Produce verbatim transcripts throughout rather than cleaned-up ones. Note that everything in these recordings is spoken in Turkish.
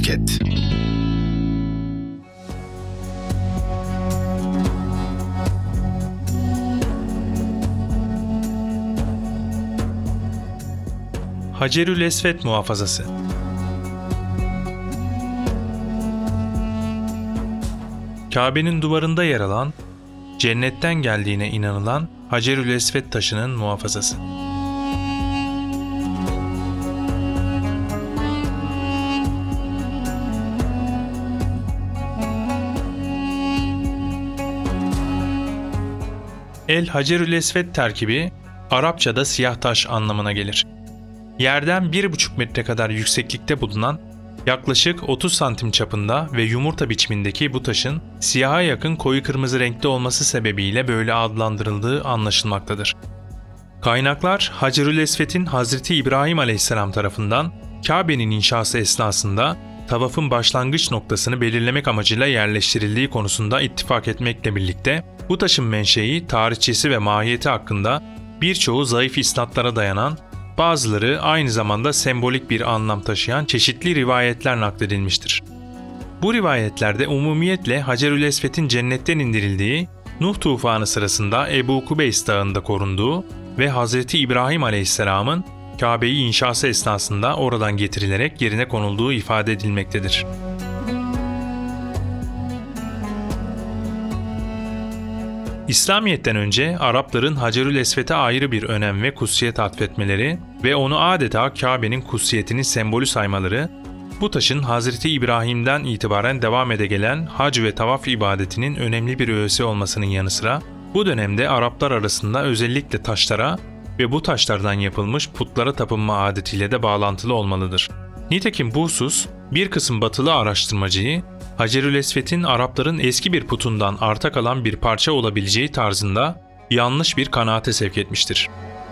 Podcast. Hacerül Esved muhafazası. Kabe'nin duvarında yer alan, cennetten geldiğine inanılan Hacerül Esved taşının muhafazası. El Hacerül Esved terkibi, Arapçada siyah taş anlamına gelir. Yerden bir buçuk metre kadar yükseklikte bulunan, yaklaşık otuz santim çapında ve yumurta biçimindeki bu taşın siyaha yakın koyu kırmızı renkte olması sebebiyle böyle adlandırıldığı anlaşılmaktadır. Kaynaklar Hacerül Esved'in Hazreti İbrahim Aleyhisselam tarafından Kabe'nin inşası esnasında tavafın başlangıç noktasını belirlemek amacıyla yerleştirildiği konusunda ittifak etmekle birlikte bu taşın menşei, tarihçesi ve mahiyeti hakkında birçoğu zayıf isnatlara dayanan, bazıları aynı zamanda sembolik bir anlam taşıyan çeşitli rivayetler nakledilmiştir. Bu rivayetlerde umumiyetle Hacerül Esved'in cennetten indirildiği, Nuh tufanı sırasında Ebu Kubeys Dağı'nda korunduğu ve Hazreti İbrahim Aleyhisselam'ın Kabe'yi inşası esnasında oradan getirilerek yerine konulduğu ifade edilmektedir. İslamiyet'ten önce Arapların Hacerül Esved'e ayrı bir önem ve kutsiyet atfetmeleri ve onu adeta Kabe'nin kutsiyetinin sembolü saymaları, bu taşın Hazreti İbrahim'den itibaren devam ede gelen hac ve tavaf ibadetinin önemli bir öğesi olmasının yanı sıra, bu dönemde Araplar arasında özellikle taşlara ve bu taşlardan yapılmış putlara tapınma adetiyle de bağlantılı olmalıdır. Nitekim bu husus, bir kısım batılı araştırmacıyı, Hacerül Esved'in Arapların eski bir putundan arta kalan bir parça olabileceği tarzında yanlış bir kanaate sevk etmiştir.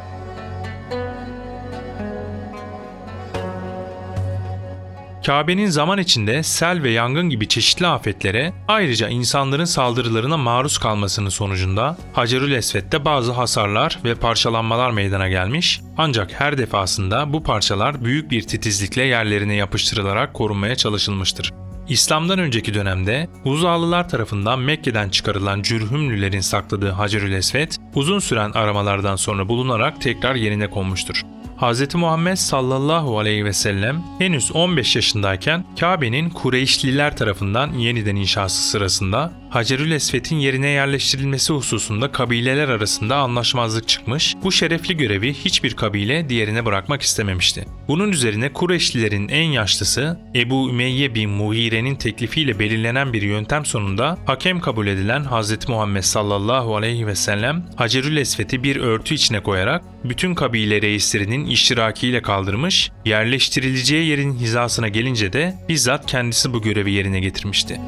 Kabe'nin zaman içinde sel ve yangın gibi çeşitli afetlere, ayrıca insanların saldırılarına maruz kalmasının sonucunda Hacerül Esved'de bazı hasarlar ve parçalanmalar meydana gelmiş, ancak her defasında bu parçalar büyük bir titizlikle yerlerine yapıştırılarak korunmaya çalışılmıştır. İslam'dan önceki dönemde Uzalılar tarafından Mekke'den çıkarılan Cürhümlülerin sakladığı Hacerül Esved, uzun süren aramalardan sonra bulunarak tekrar yerine konmuştur. Hz. Muhammed sallallahu aleyhi ve sellem henüz on beş yaşındayken Kabe'nin Kureyşliler tarafından yeniden inşası sırasında Hacerül Esved'in yerine yerleştirilmesi hususunda kabileler arasında anlaşmazlık çıkmış, bu şerefli görevi hiçbir kabile diğerine bırakmak istememişti. Bunun üzerine Kureyşlilerin en yaşlısı Ebu Ümeyye bin Muhire'nin teklifiyle belirlenen bir yöntem sonunda hakem kabul edilen Hz. Muhammed sallallahu aleyhi ve sellem Hacerül Esved'i bir örtü içine koyarak bütün kabile reislerinin iştirakiyle kaldırmış, yerleştirileceği yerin hizasına gelince de bizzat kendisi bu görevi yerine getirmişti.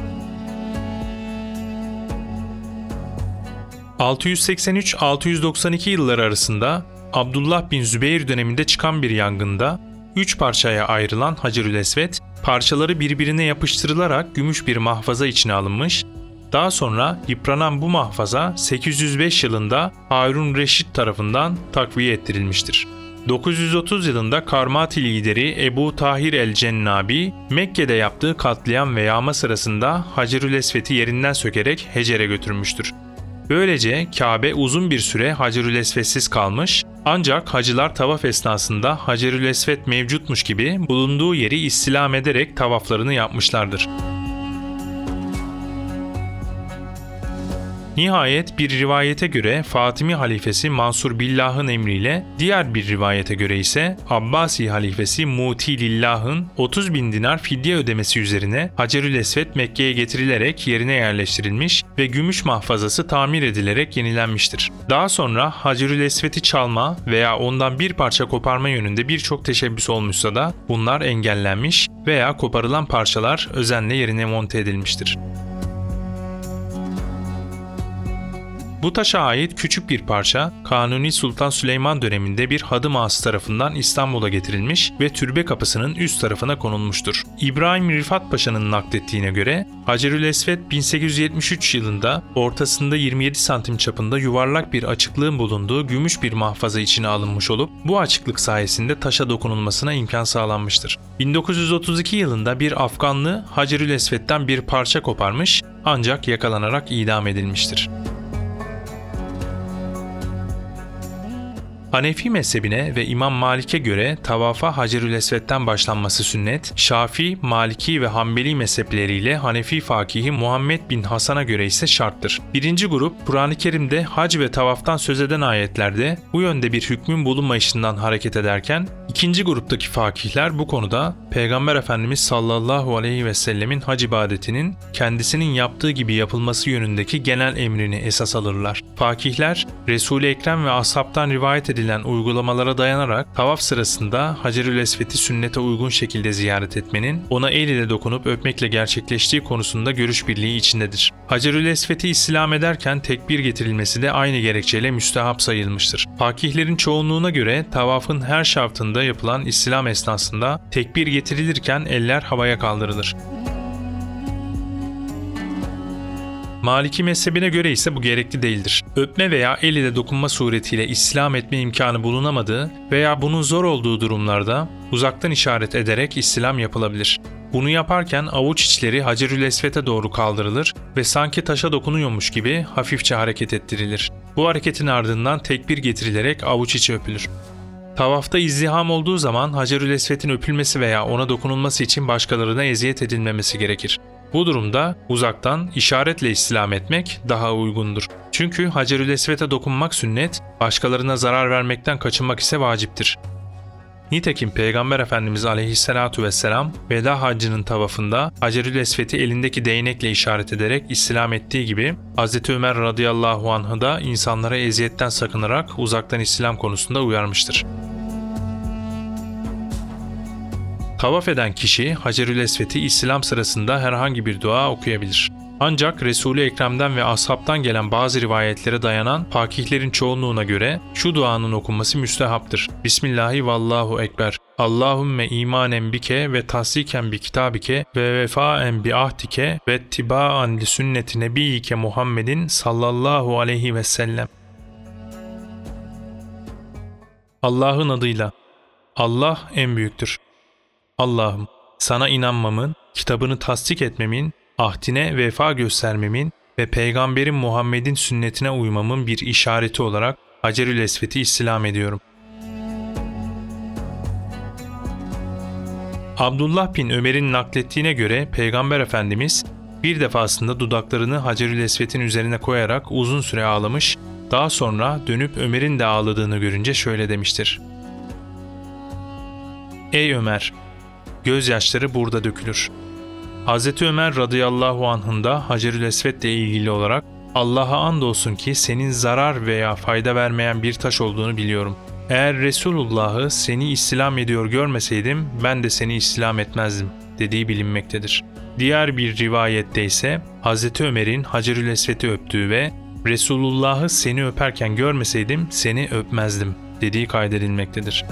altı yüz seksen üç altı yüz doksan iki yılları arasında Abdullah bin Zübeyir döneminde çıkan bir yangında üç parçaya ayrılan Hacerül Esved, parçaları birbirine yapıştırılarak gümüş bir mahfaza içine alınmış, daha sonra yıpranan bu mahfaza sekiz yüz beş yılında Harun Reşit tarafından takviye ettirilmiştir. dokuz yüz otuz yılında Karmati lideri Ebu Tahir el-Cennabi, Mekke'de yaptığı katliam ve yağma sırasında Hacerül Esved'i yerinden sökerek Hecer'e götürmüştür. Böylece Kabe uzun bir süre Hacerül Esved'siz kalmış, ancak hacılar tavaf esnasında Hacerül Esved mevcutmuş gibi bulunduğu yeri istilam ederek tavaflarını yapmışlardır. Nihayet bir rivayete göre Fatimi halifesi Mansur Billah'ın emriyle, diğer bir rivayete göre ise Abbasi halifesi Muti Lillah'ın otuz bin dinar fidye ödemesi üzerine Hacerül Esved Mekke'ye getirilerek yerine yerleştirilmiş ve gümüş mahfazası tamir edilerek yenilenmiştir. Daha sonra Hacerül Esved'i çalma veya ondan bir parça koparma yönünde birçok teşebbüs olmuşsa da bunlar engellenmiş veya koparılan parçalar özenle yerine monte edilmiştir. Bu taşa ait küçük bir parça Kanuni Sultan Süleyman döneminde bir hadım ağası tarafından İstanbul'a getirilmiş ve türbe kapısının üst tarafına konulmuştur. İbrahim Rifat Paşa'nın naklettiğine göre Hacerülesved bin sekiz yüz yetmiş üç yılında ortasında yirmi yedi santim çapında yuvarlak bir açıklığın bulunduğu gümüş bir mahfaza içine alınmış olup bu açıklık sayesinde taşa dokunulmasına imkan sağlanmıştır. bin dokuz yüz otuz iki yılında bir Afganlı Hacerülesved'den bir parça koparmış ancak yakalanarak idam edilmiştir. Hanefi mezhebine ve İmam Malik'e göre tavafa Hacerülesved'den başlanması sünnet, Şafii, Maliki ve Hanbeli mezhepleriyle Hanefi fakihi Muhammed bin Hasan'a göre ise şarttır. Birinci grup, Kur'an-ı Kerim'de hac ve tavaftan söz eden ayetlerde bu yönde bir hükmün bulunmayışından hareket ederken, ikinci gruptaki fakihler bu konuda Peygamber Efendimiz sallallahu aleyhi ve sellemin hac ibadetinin kendisinin yaptığı gibi yapılması yönündeki genel emrini esas alırlar. Fakihler, Resul-i Ekrem ve ashabtan rivayet edilen uygulamalara dayanarak tavaf sırasında Hacerülesved'i sünnete uygun şekilde ziyaret etmenin, ona el ile dokunup öpmekle gerçekleştiği konusunda görüş birliği içindedir. Hacerülesved'i islam ederken tekbir getirilmesi de aynı gerekçeyle müstehap sayılmıştır. Fakihlerin çoğunluğuna göre tavafın her şartında yapılan İslam esnasında tekbir getirilirken eller havaya kaldırılır. Maliki mezhebine göre ise bu gerekli değildir. Öpme veya el ile dokunma suretiyle İslam etme imkanı bulunamadığı veya bunun zor olduğu durumlarda uzaktan işaret ederek İslam yapılabilir. Bunu yaparken avuç içleri Hacerülesved'e doğru kaldırılır ve sanki taşa dokunuyormuş gibi hafifçe hareket ettirilir. Bu hareketin ardından tekbir getirilerek avuç içi öpülür. Tavafta izdiham olduğu zaman Hacerülesved'in öpülmesi veya ona dokunulması için başkalarına eziyet edilmemesi gerekir. Bu durumda uzaktan işaretle İslam etmek daha uygundur. Çünkü Hacerülesved'e dokunmak sünnet, başkalarına zarar vermekten kaçınmak ise vaciptir. Nitekim Peygamber Efendimiz aleyhissalatu vesselam veda haccının tavafında Hacerülesved'i elindeki değnekle işaret ederek İslam ettiği gibi Hz. Ömer radıyallahu anh'ı da insanlara eziyetten sakınarak uzaktan İslam konusunda uyarmıştır. Tavaf eden kişi Hacerülesved'i İslam sırasında herhangi bir dua okuyabilir. Ancak Resul-i Ekrem'den ve ashabtan gelen bazı rivayetlere dayanan fakihlerin çoğunluğuna göre şu duanın okunması müstehaptır. Bismillahi vallahu ekber. Allahümme imanen bike ve tasdiken bi kitabike ve vefaen bi ahdike ve tibaan li sünneti nebiyyike Muhammedin sallallahu aleyhi ve sellem. Allah'ın adıyla. Allah en büyüktür. Allah'ım, sana inanmamın, kitabını tasdik etmemin, ahdine vefa göstermemin ve Peygamberin Muhammed'in sünnetine uymamın bir işareti olarak Hacerülesved'i İslam ediyorum. Abdullah bin Ömer'in naklettiğine göre Peygamber Efendimiz bir defasında dudaklarını Hacerülesved'in üzerine koyarak uzun süre ağlamış, daha sonra dönüp Ömer'in de ağladığını görünce şöyle demiştir. Ey Ömer! Gözyaşları burada dökülür. Hz. Ömer radıyallahu anh'ın da Hacerülesved'le ilgili olarak Allah'a andolsun ki senin zarar veya fayda vermeyen bir taş olduğunu biliyorum. Eğer Resulullah'ı seni İslam ediyor görmeseydim ben de seni İslam etmezdim dediği bilinmektedir. Diğer bir rivayette ise Hz. Ömer'in Hacerülesved'i öptüğü ve Resulullah'ı seni öperken görmeseydim seni öpmezdim dediği kaydedilmektedir.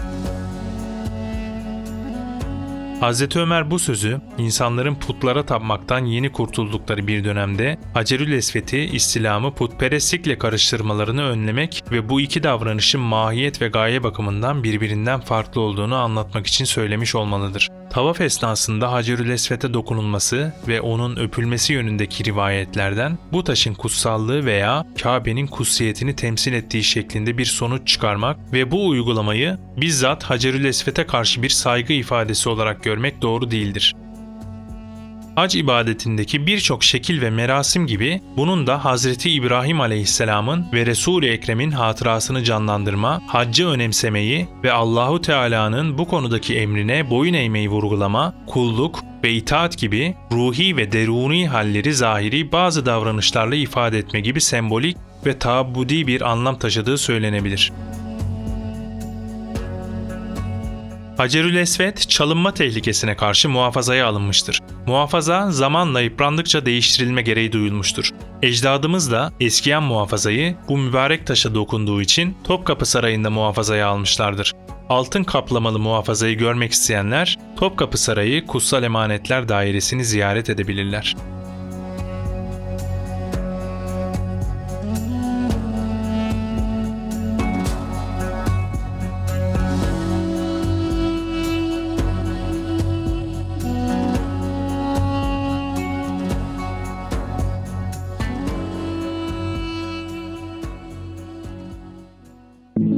Hz. Ömer bu sözü insanların putlara tapmaktan yeni kurtuldukları bir dönemde Hacerülesved'i İslam'ı putperestlikle karıştırmalarını önlemek ve bu iki davranışın mahiyet ve gaye bakımından birbirinden farklı olduğunu anlatmak için söylemiş olmalıdır. Tavaf esnasında Hacerülesved'e dokunulması ve onun öpülmesi yönündeki rivayetlerden bu taşın kutsallığı veya Kabe'nin kutsiyetini temsil ettiği şeklinde bir sonuç çıkarmak ve bu uygulamayı bizzat Hacerülesved'e karşı bir saygı ifadesi olarak görmek doğru değildir. Hac ibadetindeki birçok şekil ve merasim gibi bunun da Hazreti İbrahim Aleyhisselam'ın ve Resul-i Ekrem'in hatırasını canlandırma, haccı önemsemeyi ve Allahu Teala'nın bu konudaki emrine boyun eğmeyi vurgulama, kulluk ve itaat gibi ruhi ve deruni halleri zahiri bazı davranışlarla ifade etme gibi sembolik ve taabbudi bir anlam taşıdığı söylenebilir. Hacerülesved çalınma tehlikesine karşı muhafazaya alınmıştır. Muhafaza zamanla yıprandıkça değiştirilme gereği duyulmuştur. Ecdadımız da eskiyen muhafazayı bu mübarek taşa dokunduğu için Topkapı Sarayı'nda muhafazaya almışlardır. Altın kaplamalı muhafazayı görmek isteyenler Topkapı Sarayı Kutsal Emanetler Dairesi'ni ziyaret edebilirler.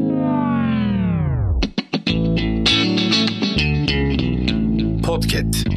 Podcast.